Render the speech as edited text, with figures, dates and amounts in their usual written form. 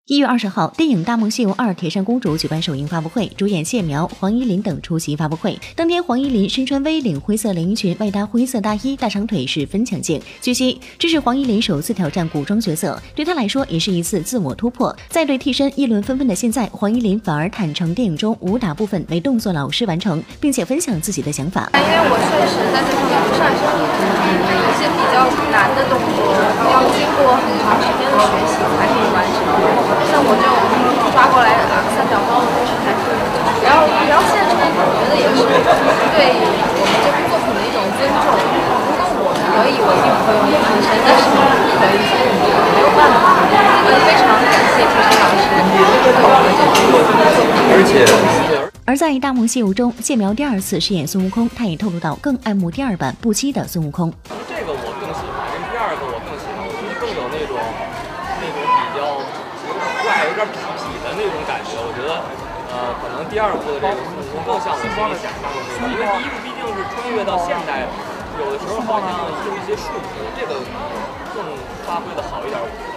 1月20号，电影《大梦西游2：铁扇公主》举办首映发布会，主演谢苗、黄依林等出席发布会。当天，黄依林身穿 V 领灰色连衣裙，外搭灰色大衣，大长腿十分抢镜。据悉，这是黄依林首次挑战古装角色，对她来说也是一次自我突破。在对替身议论纷纷的现在，黄依林反而坦诚电影中武打部分为动作老师完成，并且分享自己的想法。 因为我确实在这方面不擅长，有些比较难的动作要经过很长时间的学习才可以完成。像我这种抓过来三角包的东西还是比较现成，我觉得也是对我们这部作品的一种尊重。如果我可以，我一定不会用替身，但是不可以，没有办法。这个非常感谢替身老师对我们这部作品。 而在《大梦西游》中，谢苗第2次饰演孙悟空，他也透露到更爱慕第2版不羁的孙悟空。 这个我更喜欢，跟第2个我更喜欢，我觉得更有那种比较怪、有点痞的那种感觉。我觉得可能第2部的这个孙悟空更像我心里想象的那种，因为第1部毕竟是穿越到现代，有的时候好像有一些束缚，这个更发挥的好一点。